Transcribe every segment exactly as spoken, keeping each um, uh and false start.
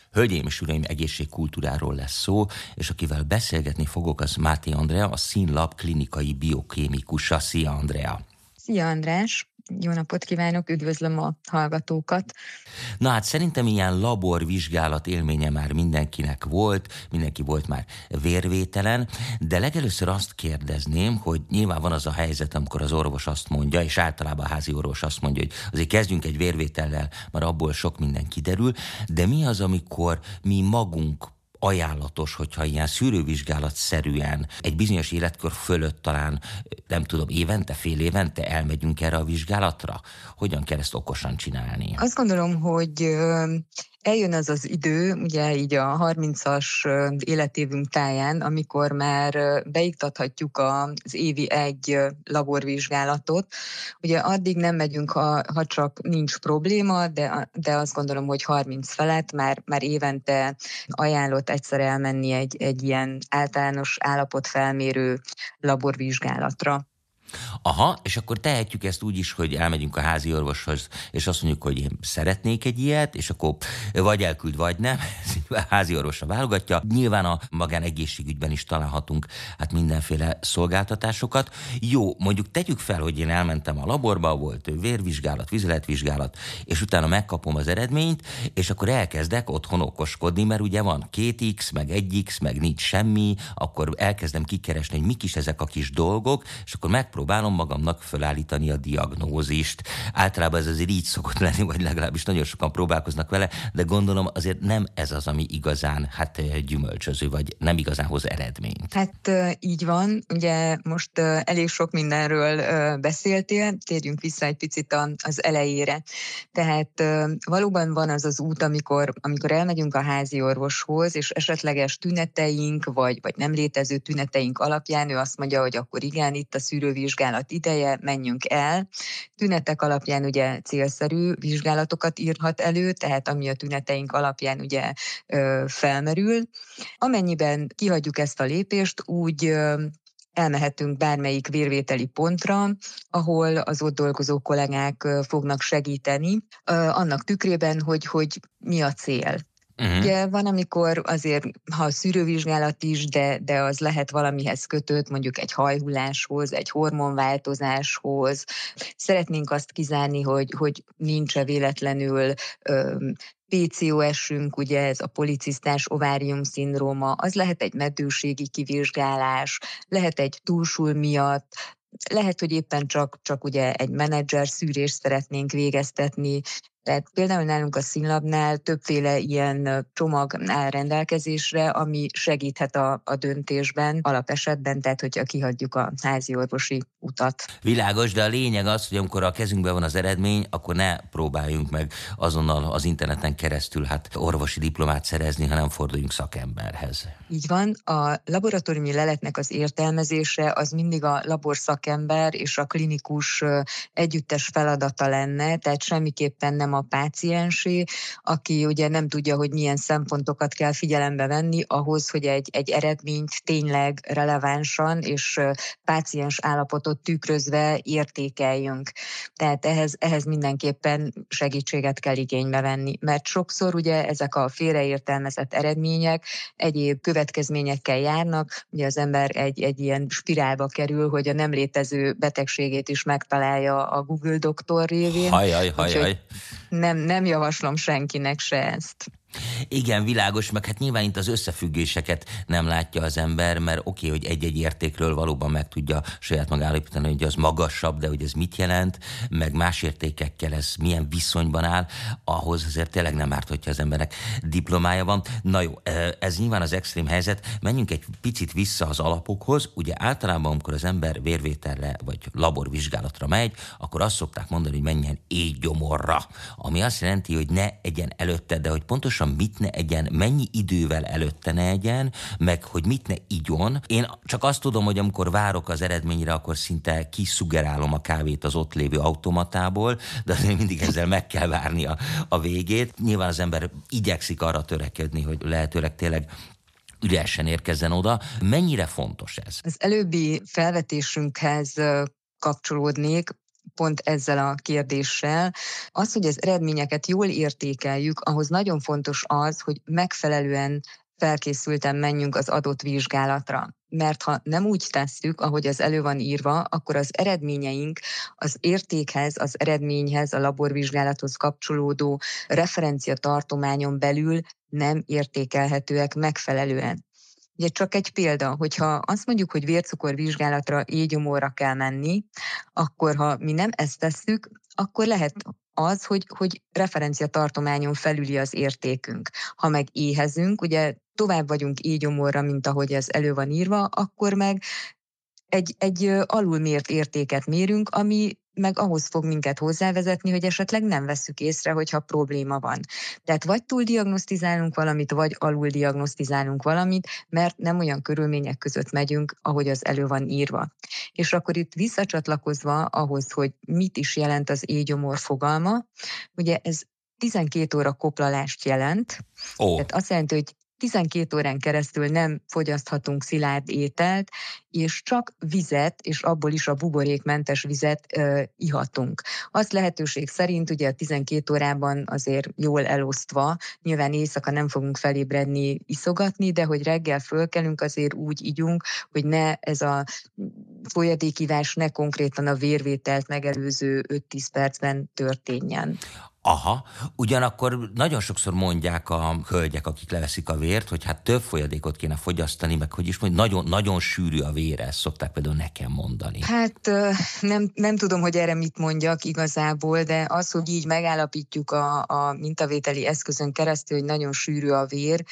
Hölgyeim és uraim, egészségkultúráról lesz szó, és akivel beszélgetni fogok, az Máté Andrea, a Színlab klinikai biokémikusa. Szia, Andrea! Szia, András! Jó napot kívánok, üdvözlöm a hallgatókat! Na hát szerintem ilyen laborvizsgálat élménye már mindenkinek volt, mindenki volt már vérvételen, de legelőször azt kérdezném, hogy nyilván van az a helyzet, amikor az orvos azt mondja, és általában a házi orvos azt mondja, hogy azért kezdjünk egy vérvétellel, mert abból sok minden kiderül, de mi az, amikor mi magunk ajánlatos, hogyha ilyen szűrővizsgálatszerűen egy bizonyos életkor fölött talán, nem tudom, évente, fél évente elmegyünk erre a vizsgálatra? Hogyan kell ezt okosan csinálni? Azt gondolom, hogy eljön az az idő, ugye így a harmincas életévünk táján, amikor már beiktathatjuk az évi egy laborvizsgálatot. Ugye addig nem megyünk, ha, ha csak nincs probléma, de, de azt gondolom, hogy harminc felett már, már évente ajánlott egyszer elmenni egy, egy ilyen általános állapotfelmérő laborvizsgálatra. Aha, és akkor tehetjük ezt úgy is, hogy elmegyünk a házi orvoshoz, és azt mondjuk, hogy én szeretnék egy ilyet, és akkor vagy elküld, vagy nem, a házi orvosra válogatja. Nyilván a magánegészségügyben is találhatunk hát mindenféle szolgáltatásokat. Jó, mondjuk tegyük fel, hogy én elmentem a laborba, volt vérvizsgálat, vizeletvizsgálat, és utána megkapom az eredményt, és akkor elkezdek otthon okoskodni, mert ugye van két X, meg egy X, meg nincs semmi, akkor elkezdem kikeresni, hogy mik is ezek a kis dolgok, és akkor megpróbálom próbálom magamnak fölállítani a diagnózist. Általában ez azért így szokott lenni, vagy legalábbis nagyon sokan próbálkoznak vele, de gondolom azért nem ez az, ami igazán hát gyümölcsöző, vagy nem igazán hoz eredményt. Hát így van, ugye most elég sok mindenről beszéltél, térjünk vissza egy picit az elejére. Tehát valóban van az az út, amikor, amikor elmegyünk a házi orvoshoz, és esetleges tüneteink, vagy, vagy nem létező tüneteink alapján ő azt mondja, hogy akkor igen, itt a szűrővizsgálat vizsgálat ideje, menjünk el. Tünetek alapján ugye célszerű vizsgálatokat írhat elő, tehát ami a tüneteink alapján ugye ö, felmerül. Amennyiben kihagyjuk ezt a lépést, úgy ö, elmehetünk bármelyik vérvételi pontra, ahol az ott dolgozó kollégák ö, fognak segíteni, ö, annak tükrében, hogy, hogy mi a cél. Uh-huh. Ugye van, amikor azért, ha a szűrővizsgálat is, de, de az lehet valamihez kötött, mondjuk egy hajhulláshoz, egy hormonváltozáshoz. Szeretnénk azt kizárni, hogy, hogy nincs-e véletlenül ö, pé cé o es-ünk, ugye ez a policisztás ovárium-szindróma, az lehet egy meddőségi kivizsgálás, lehet egy túlsúly miatt, lehet, hogy éppen csak, csak ugye egy menedzser szűrést szeretnénk végeztetni. Tehát például nálunk a Színlabnál többféle ilyen csomag áll rendelkezésre, ami segíthet a, a döntésben, alapesetben, tehát hogyha kihagyjuk a házi orvosi utat. Világos, de a lényeg az, hogy amikor a kezünkben van az eredmény, akkor ne próbáljunk meg azonnal az interneten keresztül hát orvosi diplomát szerezni, hanem forduljunk szakemberhez. Így van, a laboratóriumi leletnek az értelmezése az mindig a laborszakember és a klinikus együttes feladata lenne, tehát semmiképpen nem a páciensé, aki ugye nem tudja, hogy milyen szempontokat kell figyelembe venni ahhoz, hogy egy, egy eredményt tényleg relevánsan és páciens állapotot tükrözve értékeljünk. Tehát ehhez, ehhez mindenképpen segítséget kell igénybe venni, mert sokszor ugye ezek a félreértelmezett eredmények egyéb következményekkel járnak, ugye az ember egy, egy ilyen spirálba kerül, hogy a nem létező betegségét is megtalálja a Google doktor révén. Hajaj, hajaj. Nem, nem javaslom senkinek se ezt. Igen, világos, meg hát nyilván itt az összefüggéseket nem látja az ember, mert oké, okay, hogy egy-egy értékről valóban meg tudja saját maga állapítani, hogy az magasabb, de hogy ez mit jelent, meg más értékekkel ez milyen viszonyban áll, ahhoz azért tényleg nem árt, hogyha az embernek diplomája van. Na jó, ez nyilván az extrém helyzet, menjünk egy picit vissza az alapokhoz. Ugye általában, amikor az ember vérvételre vagy laborvizsgálatra megy, akkor azt szokták mondani, hogy menjen éjgyomorra, ami azt jelenti, hogy ne egyen előtte, de hogy pontosan mit ne egyen, mennyi idővel előtte ne egyen, meg hogy mit ne igyon. Én csak azt tudom, hogy amikor várok az eredményre, akkor szinte kiszuggerálom a kávét az ott lévő automatából, de azért mindig ezzel meg kell várni a, a végét. Nyilván az ember igyekszik arra törekedni, hogy lehetőleg tényleg üresen érkezzen oda. Mennyire fontos ez? Az előbbi felvetésünkhez kapcsolódnék. pont ezzel a kérdéssel. Az, hogy az eredményeket jól értékeljük, ahhoz nagyon fontos az, hogy megfelelően felkészülten menjünk az adott vizsgálatra. Mert ha nem úgy tesszük, ahogy az elő van írva, akkor az eredményeink az értékhez, az eredményhez, a laborvizsgálathoz kapcsolódó referenciatartományon belül nem értékelhetőek megfelelően. Ugye csak egy példa, hogyha azt mondjuk, hogy vércukorvizsgálatra éjgyomorra kell menni, akkor ha mi nem ezt tesszük, akkor lehet az, hogy, hogy referenciatartományon felüli az értékünk. Ha meg éhezünk, ugye tovább vagyunk éjgyomorra, mint ahogy ez elő van írva, akkor meg egy, egy alulmért értéket mérünk, ami meg ahhoz fog minket hozzávezetni, hogy esetleg nem vesszük észre, hogyha probléma van. Tehát vagy túldiagnosztizálunk valamit, vagy aluldiagnosztizálunk valamit, mert nem olyan körülmények között megyünk, ahogy az elő van írva. És akkor itt visszacsatlakozva ahhoz, hogy mit is jelent az éjgyomor fogalma, ugye ez tizenkét óra koplalást jelent, Ó. tehát azt jelenti, hogy tizenkét órán keresztül nem fogyaszthatunk szilárd ételt, és csak vizet, és abból is a buborékmentes vizet ö, ihatunk. Azt lehetőség szerint ugye a tizenkét órában azért jól elosztva, nyilván éjszaka nem fogunk felébredni, iszogatni, de hogy reggel fölkelünk, azért úgy igyunk, hogy ne ez a folyadékivás ne konkrétan a vérvételt megelőző öt-tíz percben történjen. Aha, ugyanakkor nagyon sokszor mondják a hölgyek, akik leveszik a vért, hogy hát több folyadékot kéne fogyasztani, meg hogy is mondjuk, nagyon, nagyon sűrű a vére, ezt szokták például nekem mondani. Hát nem, nem tudom, hogy erre mit mondjak igazából, de az, hogy így megállapítjuk a, a mintavételi eszközön keresztül, hogy nagyon sűrű a vér,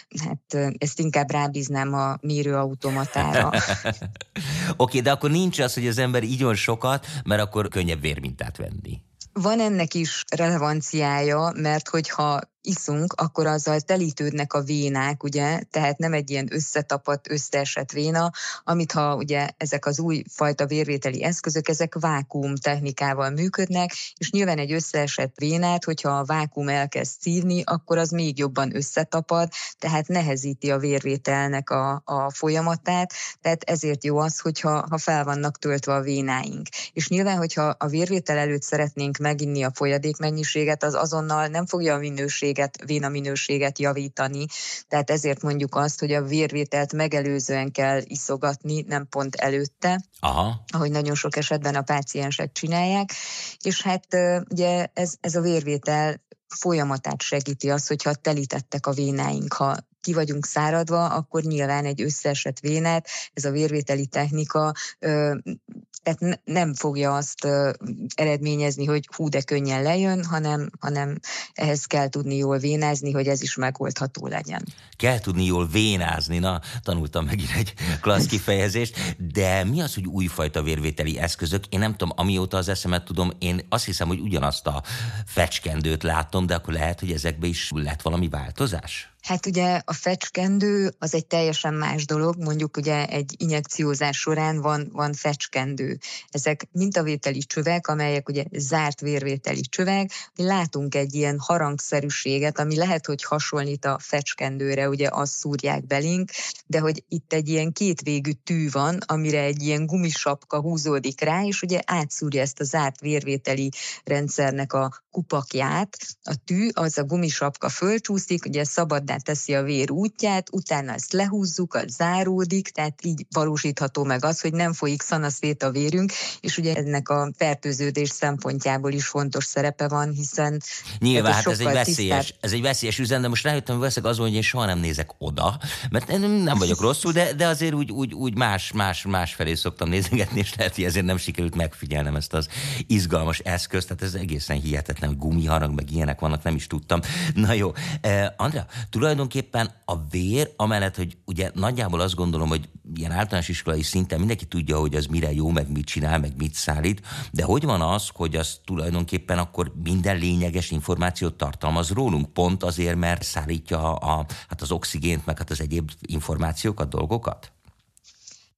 hát ezt inkább rábíznám a mérőautomatára. Oké, okay, de akkor nincs az, hogy az ember igyon sokat, mert akkor könnyebb vérmintát venni. Van ennek is relevanciája, mert hogyha iszunk, akkor azzal telítődnek a vénák, ugye, tehát nem egy ilyen összetapadt, összeesett véna, amit ha ugye ezek az új fajta vérvételi eszközök, ezek vákuum technikával működnek, és nyilván egy összeesett vénát, hogyha a vákuum elkezd szívni, akkor az még jobban összetapad, tehát nehezíti a vérvételnek a, a folyamatát, tehát ezért jó az, hogyha ha fel vannak töltve a vénáink. És nyilván, hogyha a vérvétel előtt szeretnénk meginni a folyadékmennyiséget, az azonnal nem fogja a minőség vénaminőséget javítani, tehát ezért mondjuk azt, hogy a vérvételt megelőzően kell iszogatni, nem pont előtte, aha, ahogy nagyon sok esetben a páciensek csinálják, és hát ugye ez, ez a vérvétel folyamatát segíti az, hogyha telítettek a vénáink, ha ki vagyunk száradva, akkor nyilván egy összeesett vénát, ez a vérvételi technika ö, tehát nem fogja azt ö, eredményezni, hogy hú, de könnyen lejön, hanem, hanem ehhez kell tudni jól vénázni, hogy ez is megoldható legyen. Kell tudni jól vénázni, na, tanultam megint egy klassz kifejezést, de mi az, hogy újfajta vérvételi eszközök? Én nem tudom, amióta az eszemet tudom, én azt hiszem, hogy ugyanazt a fecskendőt látom, de akkor lehet, hogy ezekbe is lett valami változás? Hát ugye a fecskendő az egy teljesen más dolog, mondjuk ugye egy injekciózás során van, van fecskendő. Ezek mintavételi csövek, amelyek ugye zárt vérvételi csövek, látunk egy ilyen harangszerűséget, ami lehet, hogy hasonlít a fecskendőre, ugye azt szúrják belénk, de hogy itt egy ilyen kétvégű tű van, amire egy ilyen gumisapka húzódik rá, és ugye átszúrja ezt a zárt vérvételi rendszernek a kupakját. A tű, az a gumisapka fölcsúszik, ugye szabaddá teszi a vér útját, utána ezt lehúzzuk, az záródik, tehát így valósítható meg az, hogy nem folyik szanaszét a vérünk, és ugye ennek a fertőződés szempontjából is fontos szerepe van, hiszen nyilván, hát ez egy veszélyes, ez egy veszélyes üzen, de most rájöttem, hogy veszek azon, hogy én soha nem nézek oda, mert én nem vagyok rosszul, de, de azért úgy, úgy, úgy más, más, más felé szoktam nézegetni, és lehet, hogy ezért nem sikerült megfigyelnem ezt az izgalmas eszközt, tehát ez egészen hihetetlen, hogy gumiharang, meg ilyenek vannak, nem is tudtam. Na jó, eh, Andrea, tulajdonképpen a vér, amellett, hogy ugye nagyjából azt gondolom, hogy ilyen általános iskolai szinten mindenki tudja, hogy az mire jó, meg mit csinál, meg mit szállít, de hogy van az, hogy az tulajdonképpen akkor minden lényeges információt tartalmaz rólunk, pont azért, mert szállítja a, hát az oxigént, meg hát az egyéb információkat, dolgokat?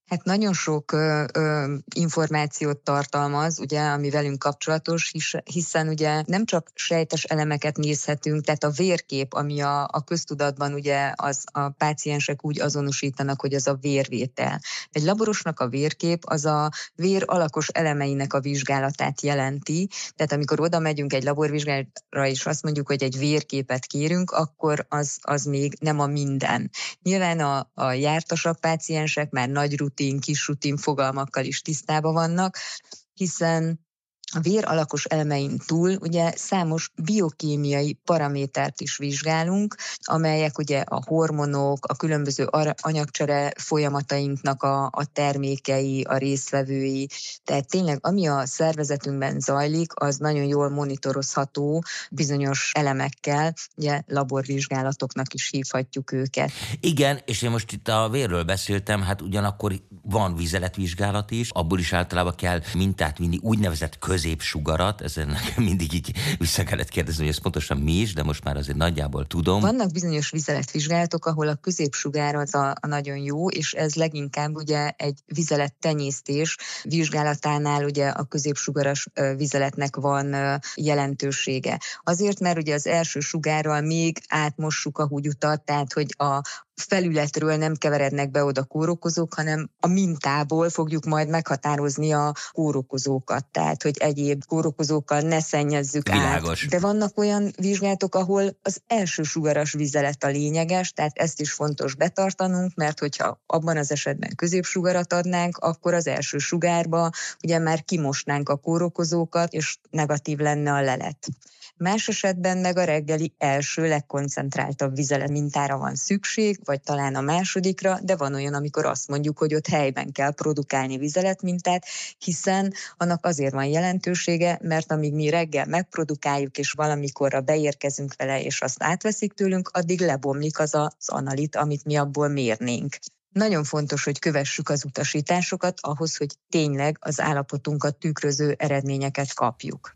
Hát nagyon sok ö, ö, információt tartalmaz, ugye, ami velünk kapcsolatos, his, hiszen ugye nem csak sejtes elemeket nézhetünk, tehát a vérkép, ami a, a köztudatban ugye az a páciensek úgy azonosítanak, hogy az a vérvétel. Egy laborosnak a vérkép az a vér alakos elemeinek a vizsgálatát jelenti, tehát amikor oda megyünk egy laborvizsgálatra és azt mondjuk, hogy egy vérképet kérünk, akkor az, az még nem a minden. Nyilván a, a jártasabb páciensek már nagy rutin, kis rutin fogalmakkal is tisztában vannak, hiszen a vér alakos elemein túl ugye számos biokémiai paramétert is vizsgálunk, amelyek ugye a hormonok, a különböző anyagcsere folyamatainknak a, a termékei, a résztvevői. Tehát tényleg, ami a szervezetünkben zajlik, az nagyon jól monitorozható bizonyos elemekkel, ugye laborvizsgálatoknak is hívhatjuk őket. Igen, és én most itt a vérről beszéltem, hát ugyanakkor van vizeletvizsgálat is, abból is általában kell mintát vinni, úgynevezett középsugarat, ezen nekem mindig így vissza kellett kérdezni, hogy ez pontosan mi is, de most már azért nagyjából tudom. Vannak bizonyos vizeletvizsgálatok, ahol a középsugár az a, a nagyon jó, és ez leginkább ugye egy vizelettenyésztés vizsgálatánál ugye a középsugaras vizeletnek van jelentősége. Azért, mert ugye az első sugárral még átmossuk a húgyutat, tehát hogy a felületről nem keverednek be oda kórokozók, hanem a mintából fogjuk majd meghatározni a kórokozókat, tehát hogy egyéb kórokozókkal ne szennyezzük Világos. át. De vannak olyan vizsgálatok, ahol az első sugaras vizelet a lényeges, tehát ezt is fontos betartanunk, mert hogyha abban az esetben középsugarat adnánk, akkor az első sugárba ugye már kimosnánk a kórokozókat, és negatív lenne a lelet. Más esetben meg a reggeli első legkoncentráltabb vizelet mintára van szükség, vagy talán a másodikra, de van olyan, amikor azt mondjuk, hogy ott helyben kell produkálni vizeletmintát, hiszen annak azért van jelentősége, mert amíg mi reggel megprodukáljuk, és valamikorra beérkezünk vele, és azt átveszik tőlünk, addig lebomlik az az analit, amit mi abból mérnénk. Nagyon fontos, hogy kövessük az utasításokat ahhoz, hogy tényleg az állapotunkat tükröző eredményeket kapjuk.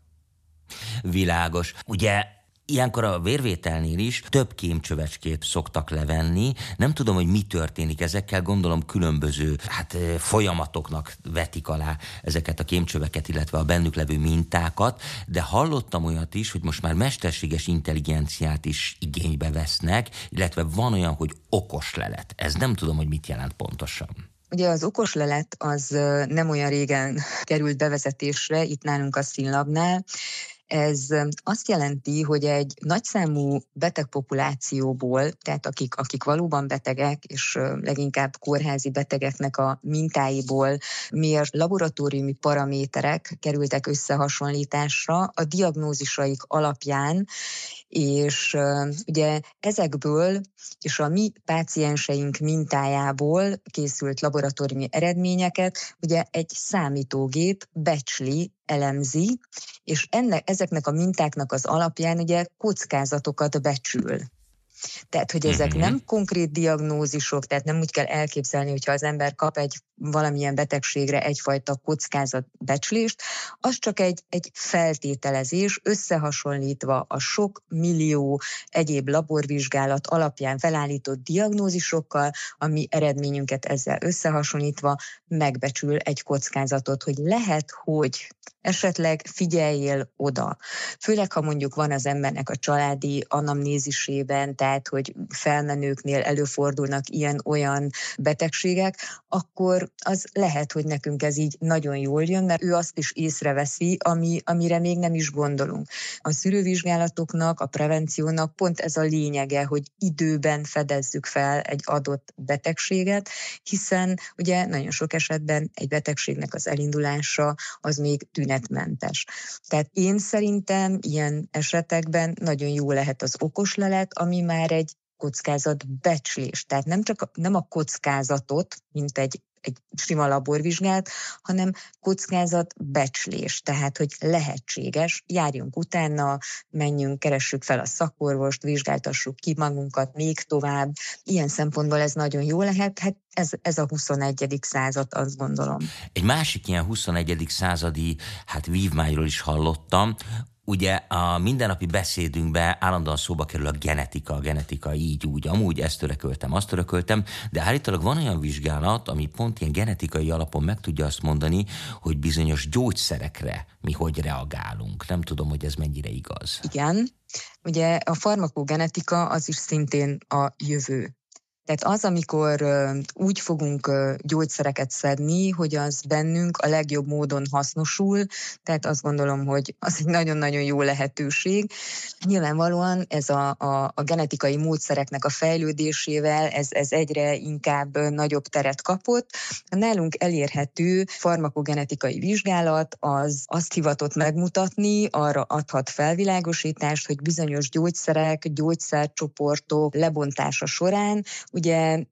Világos. Ugye ilyenkor a vérvételnél is több kémcsövecskét szoktak levenni. Nem tudom, hogy mi történik ezekkel, gondolom különböző hát, folyamatoknak vetik alá ezeket a kémcsöveket, illetve a bennük levő mintákat, de hallottam olyat is, hogy most már mesterséges intelligenciát is igénybe vesznek, illetve van olyan, hogy okos lelet. Ez nem tudom, hogy mit jelent pontosan. Ugye az okos lelet az nem olyan régen került bevezetésre itt nálunk a Színlabnál. Ez azt jelenti, hogy egy nagyszámú betegpopulációból, tehát akik, akik valóban betegek, és leginkább kórházi betegeknek a mintáiból mért laboratóriumi paraméterek kerültek összehasonlításra a diagnózisaik alapján, és uh, ugye ezekből és a mi pácienseink mintájából készült laboratóriumi eredményeket ugye egy számítógép becsli, elemzi, és ennek, ezeknek a mintáknak az alapján ugye kockázatokat becsül. Tehát, hogy ezek nem konkrét diagnózisok, tehát nem úgy kell elképzelni, hogyha az ember kap egy valamilyen betegségre egyfajta kockázatbecslést, az csak egy, egy feltételezés, összehasonlítva a sok millió egyéb laborvizsgálat alapján felállított diagnózisokkal, ami eredményünket ezzel összehasonlítva megbecsül egy kockázatot, hogy lehet, hogy esetleg figyeljél oda. Főleg, ha mondjuk van az embernek a családi anamnézisében, tehát, hogy felmenőknél előfordulnak ilyen-olyan betegségek, akkor az lehet, hogy nekünk ez így nagyon jól jön, mert ő azt is észreveszi, ami, amire még nem is gondolunk. A szűrővizsgálatoknak, a prevenciónak pont ez a lényege, hogy időben fedezzük fel egy adott betegséget, hiszen ugye nagyon sok esetben egy betegségnek az elindulása az még tünetmentes. Tehát én szerintem ilyen esetekben nagyon jó lehet az okos lelet, ami már egy kockázatbecslés. Tehát nem csak nem a kockázatot, mint egy egy sima laborvizsgálat, hanem kockázatbecslés, tehát, hogy lehetséges, járjunk utána, menjünk, keressük fel a szakorvost, vizsgáltassuk ki magunkat még tovább. Ilyen szempontból ez nagyon jó lehet, hát ez, ez a huszonegyedik század, azt gondolom. Egy másik ilyen huszonegyedik századi hát vívmányról is hallottam. Ugye a mindennapi beszédünkben állandóan szóba kerül a genetika, a genetika így, úgy, amúgy, ezt örököltem, azt örököltem, de állítólag van olyan vizsgálat, ami pont ilyen genetikai alapon meg tudja azt mondani, hogy bizonyos gyógyszerekre mi hogy reagálunk. Nem tudom, hogy ez mennyire igaz. Igen, ugye a farmakogenetika az is szintén a jövő. Tehát az, amikor úgy fogunk gyógyszereket szedni, hogy az bennünk a legjobb módon hasznosul, tehát azt gondolom, hogy az egy nagyon-nagyon jó lehetőség. Nyilvánvalóan ez a, a, a genetikai módszereknek a fejlődésével ez, ez egyre inkább nagyobb teret kapott. A nálunk elérhető farmakogenetikai vizsgálat az azt hivatott megmutatni, arra adhat felvilágosítást, hogy bizonyos gyógyszerek, gyógyszercsoportok lebontása során ugye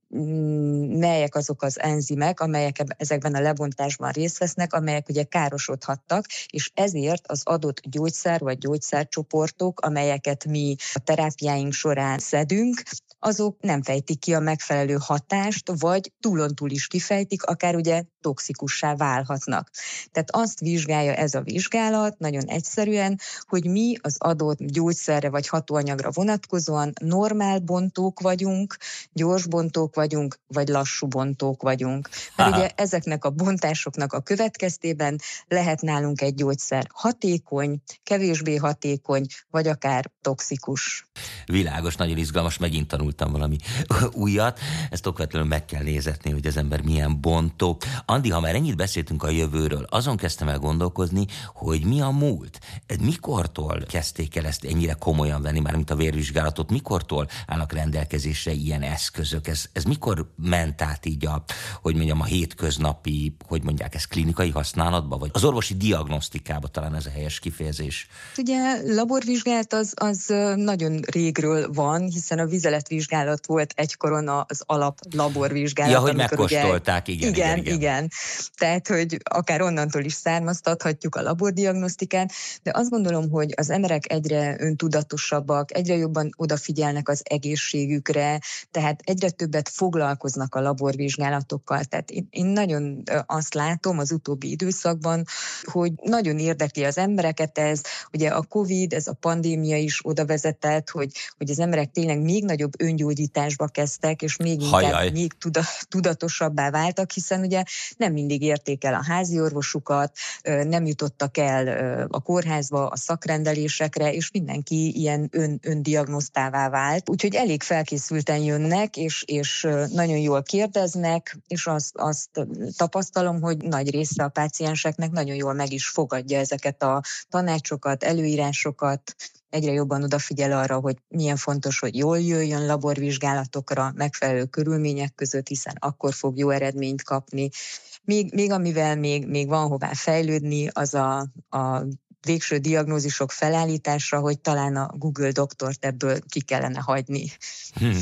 melyek azok az enzimek, amelyek ezekben a lebontásban részt vesznek, amelyek ugye károsodhattak, és ezért az adott gyógyszer vagy gyógyszercsoportok, amelyeket mi a terápiáink során szedünk, azok nem fejtik ki a megfelelő hatást, vagy túlontúl is kifejtik, akár ugye toxikussá válhatnak. Tehát azt vizsgálja ez a vizsgálat nagyon egyszerűen, hogy mi az adott gyógyszerre vagy hatóanyagra vonatkozóan normál bontók vagyunk, gyors bontók vagyunk, vagy lassú bontók vagyunk. Mert ugye ezeknek a bontásoknak a következtében lehet nálunk egy gyógyszer hatékony, kevésbé hatékony, vagy akár toxikus. Világos, nagyon izgalmas, megint tanultam valami újat. Ezt okvetlenül meg kell nézetni, hogy az ember milyen bontó. Andi, ha már ennyit beszéltünk a jövőről, azon kezdtem el gondolkozni, hogy mi a múlt. Mikortól kezdték el ezt ennyire komolyan venni, már mint a vérvizsgálatot, mikortól állnak rendelkezésre ilyen eszközök? Ez, ez mikor ment át így a, hogy mondjam, a hétköznapi, hogy mondják, ez klinikai használatba, vagy az orvosi diagnosztikába, talán ez a helyes kifejezés? Ugye laborvizsgálat az, az nagyon régről van, hiszen a vizeletvizsgálat volt egykoron az alap laborvizsgálat. Ja, hogy megkóstolták, igen, igen, igen, igen. igen. Tehát, hogy akár onnantól is származtathatjuk a labordiagnosztikát, de azt gondolom, hogy az emberek egyre öntudatosabbak, egyre jobban odafigyelnek az egészségükre, tehát egyre többet foglalkoznak a laborvizsgálatokkal. Tehát én, én nagyon azt látom az utóbbi időszakban, hogy nagyon érdekli az embereket ez, ugye a Covid, ez a pandémia is oda vezetett, hogy, hogy az emberek tényleg még nagyobb öngyógyításba kezdtek, és még inkább, Hajjaj. még tuda, tudatosabbá váltak, hiszen ugye nem mindig érték el a házi orvosukat, nem jutottak el a kórházba, a szakrendelésekre, és mindenki ilyen ön, öndiagnosztává vált. Úgyhogy elég felkészülten jönnek, és, és nagyon jól kérdeznek, és azt, azt tapasztalom, hogy nagy része a pácienseknek nagyon jól meg is fogadja ezeket a tanácsokat, előírásokat, egyre jobban odafigyel arra, hogy milyen fontos, hogy jól jöjjön laborvizsgálatokra, megfelelő körülmények között, hiszen akkor fog jó eredményt kapni. Még, még amivel még, még van hová fejlődni, az a, a végső diagnózisok felállítása, hogy talán a Google doktort ebből ki kellene hagyni. Hmm.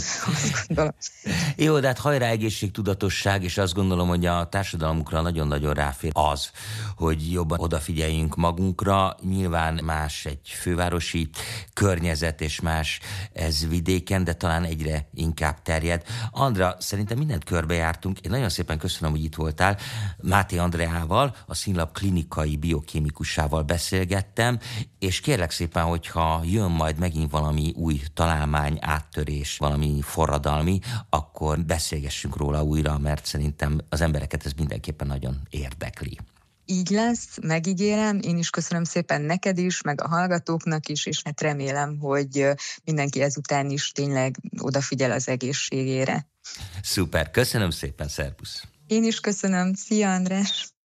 Jó, de hát hajrá egészségtudatosság, és azt gondolom, hogy a társadalmunkra nagyon-nagyon ráfér az, hogy jobban odafigyeljünk magunkra. Nyilván más egy fővárosi környezet, és más ez vidéken, de talán egyre inkább terjed. Andra, szerintem mindent körbejártunk. Én nagyon szépen köszönöm, hogy itt voltál. Máté Andreával, a Színlab klinikai biokémikusával beszélgettem, és kérlek szépen, hogyha jön majd megint valami új találmány, áttörés, valami forradalmi, akkor beszélgessünk róla újra, mert szerintem az embereket ez mindenképpen nagyon érdekli. Így lesz, megígérem, én is köszönöm szépen neked is, meg a hallgatóknak is, és hát remélem, hogy mindenki ezután is tényleg odafigyel az egészségére. Szuper, köszönöm szépen, szervusz! Én is köszönöm, szia András!